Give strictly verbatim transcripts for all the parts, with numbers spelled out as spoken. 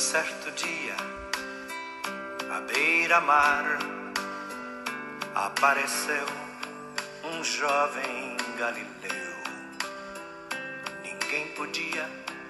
certo dia, à beira-mar, apareceu um jovem galileu. Ninguém podia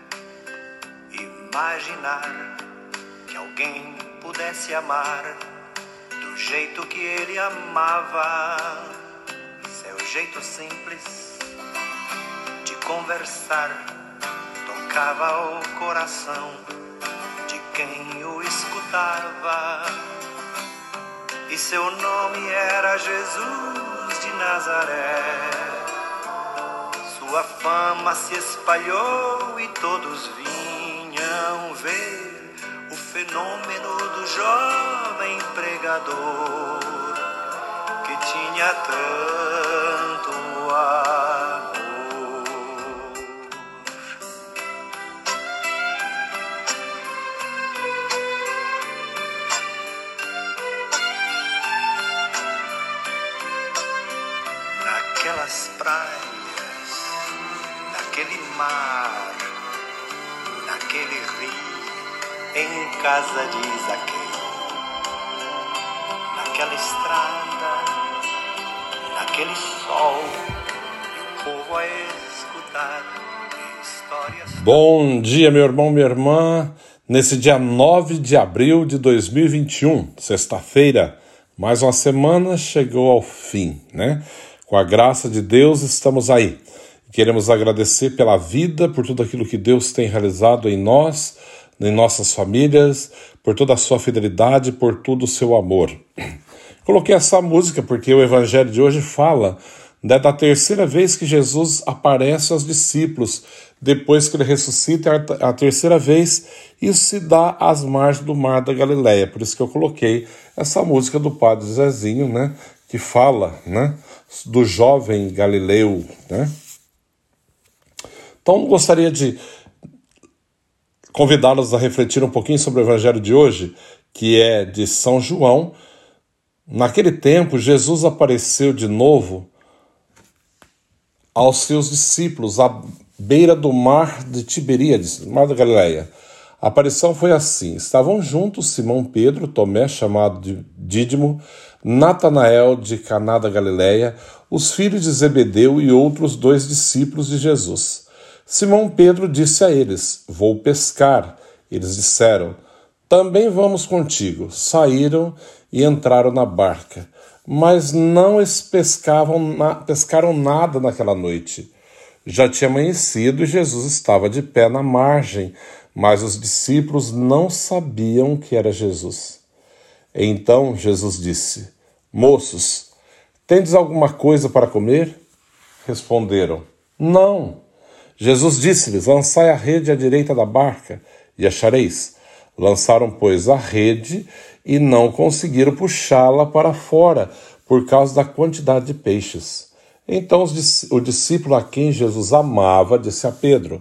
imaginar que alguém pudesse amar do jeito que ele amava. Seu jeito simples de conversar tocava o coração de quem o escutava. E seu nome era Jesus de Nazaré. Sua fama se espalhou e todos vinham ver o fenômeno do jovem pregador que tinha tanto amor. Naquelas praias, naquele mar, naquele rio, em casa de Zaqueu, naquela estrada, naquele sol, e o povo a escutar histórias. Bom dia, meu irmão, minha irmã. Nesse dia nove de abril de dois mil e vinte e um, sexta-feira, mais uma semana chegou ao fim, né? Com a graça de Deus estamos aí. Queremos agradecer pela vida, por tudo aquilo que Deus tem realizado em nós, em nossas famílias, por toda a sua fidelidade, por todo o seu amor. Coloquei essa música porque o evangelho de hoje fala né, da terceira vez que Jesus aparece aos discípulos, depois que ele ressuscita a terceira vez, isso se dá às margens do mar da Galileia. Por isso que eu coloquei essa música do Padre Zezinho, né, que fala né, do jovem Galileu, né? Então, gostaria de convidá-los a refletir um pouquinho sobre o evangelho de hoje, que é de São João. Naquele tempo, Jesus apareceu de novo aos seus discípulos à beira do mar de Tiberíades, mar da Galileia. A aparição foi assim: estavam juntos Simão Pedro, Tomé, chamado de Dídimo, Natanael de Caná da Galileia, os filhos de Zebedeu e outros dois discípulos de Jesus. Simão Pedro disse a eles: vou pescar. Eles disseram: também vamos contigo. Saíram e entraram na barca, mas não pescavam na... pescaram nada naquela noite. Já tinha amanhecido e Jesus estava de pé na margem, mas os discípulos não sabiam que era Jesus. Então Jesus disse: moços, tendes alguma coisa para comer? Responderam: não. Jesus disse-lhes: lançai a rede à direita da barca e achareis. Lançaram, pois, a rede e não conseguiram puxá-la para fora por causa da quantidade de peixes. Então o discípulo a quem Jesus amava disse a Pedro: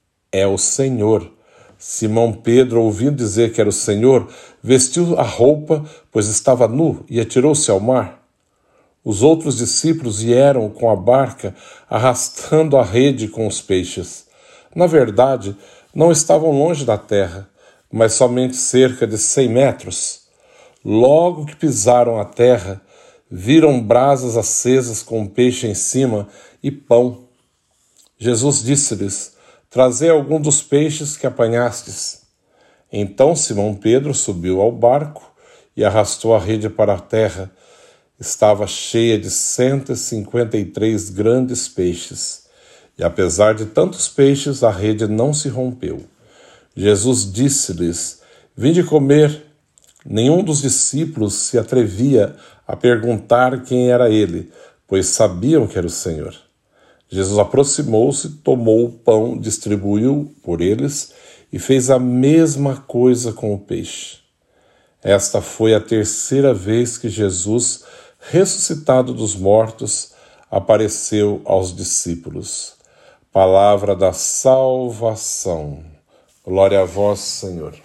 é o Senhor. Simão Pedro, ouvindo dizer que era o Senhor, vestiu a roupa, pois estava nu, e atirou-se ao mar. Os outros discípulos vieram com a barca, arrastando a rede com os peixes. Na verdade, não estavam longe da terra, mas somente cerca de cem metros. Logo que pisaram a terra, viram brasas acesas com peixe em cima e pão. Jesus disse-lhes: trazei algum dos peixes que apanhastes. Então Simão Pedro subiu ao barco e arrastou a rede para a terra. Estava cheia de cento e cinquenta e três grandes peixes, e apesar de tantos peixes, a rede não se rompeu. Jesus disse-lhes: vinde comer. Nenhum dos discípulos se atrevia a perguntar quem era ele, pois sabiam que era o Senhor. Jesus aproximou-se, tomou o pão, distribuiu por eles e fez a mesma coisa com o peixe. Esta foi a terceira vez que Jesus, ressuscitado dos mortos, apareceu aos discípulos. Palavra da salvação. Glória a vós, Senhor.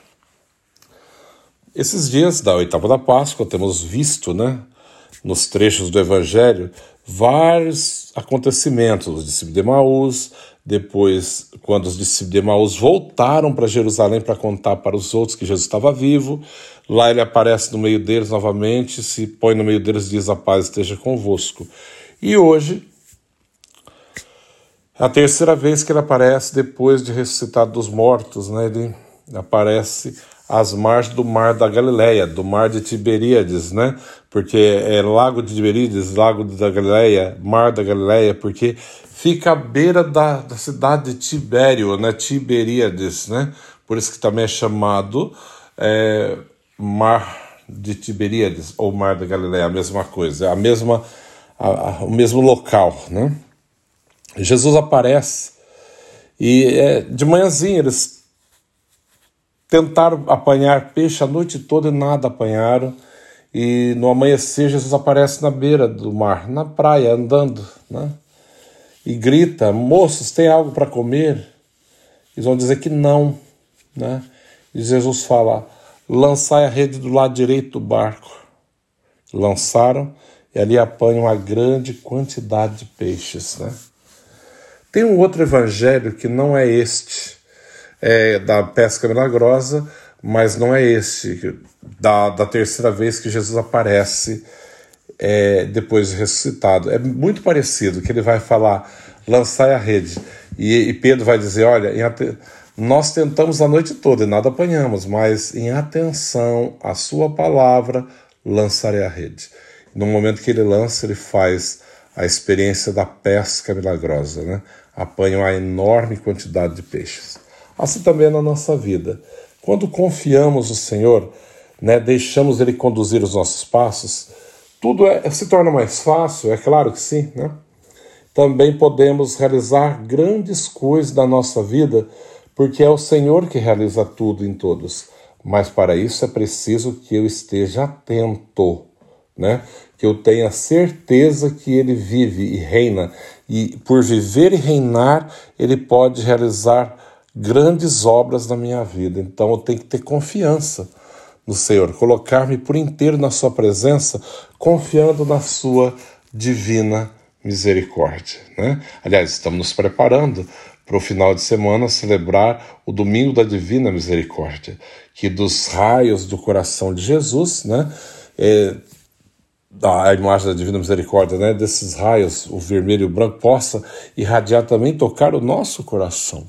Esses dias da oitava da Páscoa temos visto, né, nos trechos do Evangelho, vários acontecimentos, os discípulos de Emaús, depois, quando os discípulos de Emaús voltaram para Jerusalém para contar para os outros que Jesus estava vivo, lá ele aparece no meio deles novamente, se põe no meio deles e diz: a paz esteja convosco. E hoje, é a terceira vez que ele aparece depois de ressuscitado dos mortos, né? Ele aparece às margens do mar da Galileia, do mar de Tiberíades, né? Porque é lago de Tiberíades, lago da Galileia, mar da Galileia, porque fica à beira da, da cidade de Tibério, né? Tiberíades, né? Por isso que também é chamado é, mar de Tiberíades, ou mar da Galileia, a mesma coisa, é a mesma, a, a, o mesmo local, né? Jesus aparece e é, de manhãzinha eles tentaram apanhar peixe a noite toda e nada apanharam. E no amanhecer Jesus aparece na beira do mar, na praia, andando, né? E grita: moços, tem algo para comer? Eles vão dizer que não, né? E Jesus fala: lançai a rede do lado direito do barco. Lançaram e ali apanham uma grande quantidade de peixes, né? Tem um outro evangelho que não é este, é da pesca milagrosa, mas não é este, da, da terceira vez que Jesus aparece é, depois de ressuscitado. É muito parecido, que ele vai falar: lançai a rede. E, e Pedro vai dizer: olha, em ate... nós tentamos a noite toda e nada apanhamos, mas em atenção à sua palavra, lançarei a rede. No momento que ele lança, ele faz a experiência da pesca milagrosa, né? Apanha uma enorme quantidade de peixes. Assim também é na nossa vida. Quando confiamos no Senhor, né, deixamos Ele conduzir os nossos passos, tudo é, se torna mais fácil, é claro que sim, né? Também podemos realizar grandes coisas da nossa vida, porque é o Senhor que realiza tudo em todos. Mas para isso é preciso que eu esteja atento, né? Que eu tenha certeza que Ele vive e reina, e por viver e reinar, Ele pode realizar grandes obras na minha vida. Então eu tenho que ter confiança no Senhor, colocar-me por inteiro na sua presença, confiando na sua divina misericórdia, né? Aliás, estamos nos preparando para o final de semana celebrar o Domingo da Divina Misericórdia, que dos raios do coração de Jesus, né, é, a imagem da Divina Misericórdia, né, desses raios, o vermelho e o branco, possa irradiar também, tocar o nosso coração.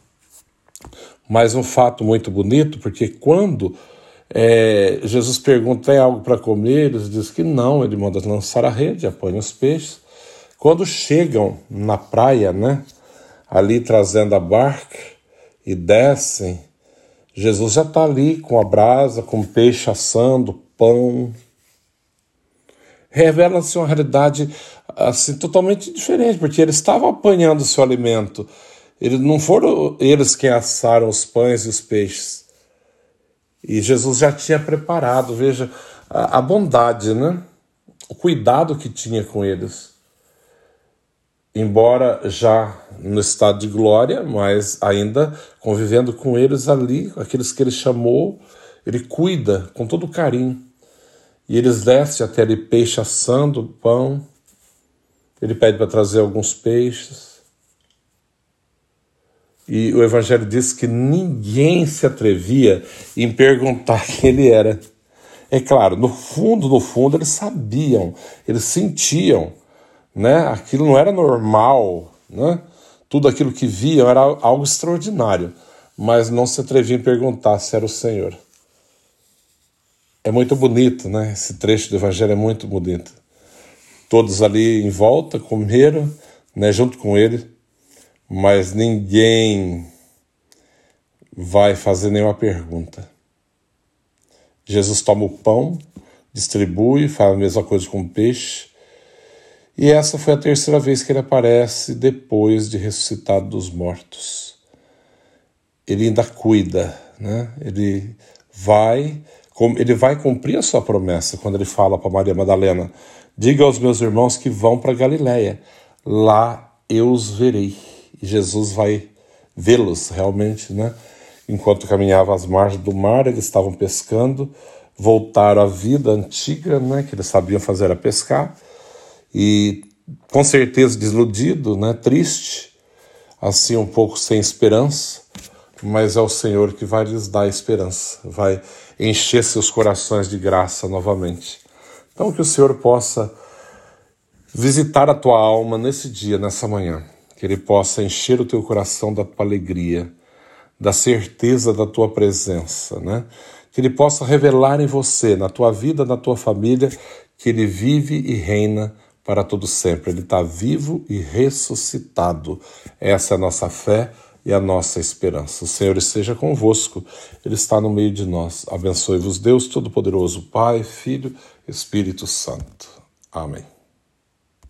Mas um fato muito bonito, porque quando é, Jesus pergunta: tem algo para comer? Eles dizem que não, ele manda lançar a rede, apanha os peixes. Quando chegam na praia, né, ali trazendo a barca e descem, Jesus já está ali com a brasa, com o peixe assando, pão. Revela-se uma realidade assim, totalmente diferente, porque eles estavam apanhando o seu alimento. Eles não foram eles quem assaram os pães e os peixes. E Jesus já tinha preparado, veja, a, a bondade, né? O cuidado que tinha com eles. Embora já no estado de glória, mas ainda convivendo com eles ali, aqueles que ele chamou, ele cuida com todo carinho. E eles descem até ali, peixe assando, pão. Ele pede para trazer alguns peixes. E o Evangelho diz que ninguém se atrevia em perguntar quem ele era. É claro, no fundo, no fundo, eles sabiam, eles sentiam, né? Aquilo não era normal, né? Tudo aquilo que viam era algo extraordinário, mas não se atreviam a perguntar se era o Senhor. É muito bonito, né? Esse trecho do Evangelho é muito bonito. Todos ali em volta comeram, né, junto com ele, mas ninguém vai fazer nenhuma pergunta. Jesus toma o pão, distribui, faz a mesma coisa com o peixe, e essa foi a terceira vez que ele aparece depois de ressuscitado dos mortos. Ele ainda cuida, né? Ele vai, ele vai cumprir a sua promessa quando ele fala para Maria Madalena: diga aos meus irmãos que vão para Galileia, lá eu os verei. E Jesus vai vê-los realmente, né? Enquanto caminhava às margens do mar, eles estavam pescando, voltaram à vida antiga, né? Que eles sabiam fazer, era pescar, e com certeza desiludido, né? Triste, assim um pouco sem esperança, mas é o Senhor que vai lhes dar esperança, vai encher seus corações de graça novamente. Então que o Senhor possa visitar a tua alma nesse dia, nessa manhã, que Ele possa encher o teu coração da tua alegria, da certeza da tua presença, né? Que Ele possa revelar em você, na tua vida, na tua família, que Ele vive e reina para todo sempre. Ele está vivo e ressuscitado. Essa é a nossa fé e a nossa esperança. O Senhor esteja convosco, Ele está no meio de nós. Abençoe-vos Deus Todo-Poderoso, Pai, Filho, Espírito Santo. Amém.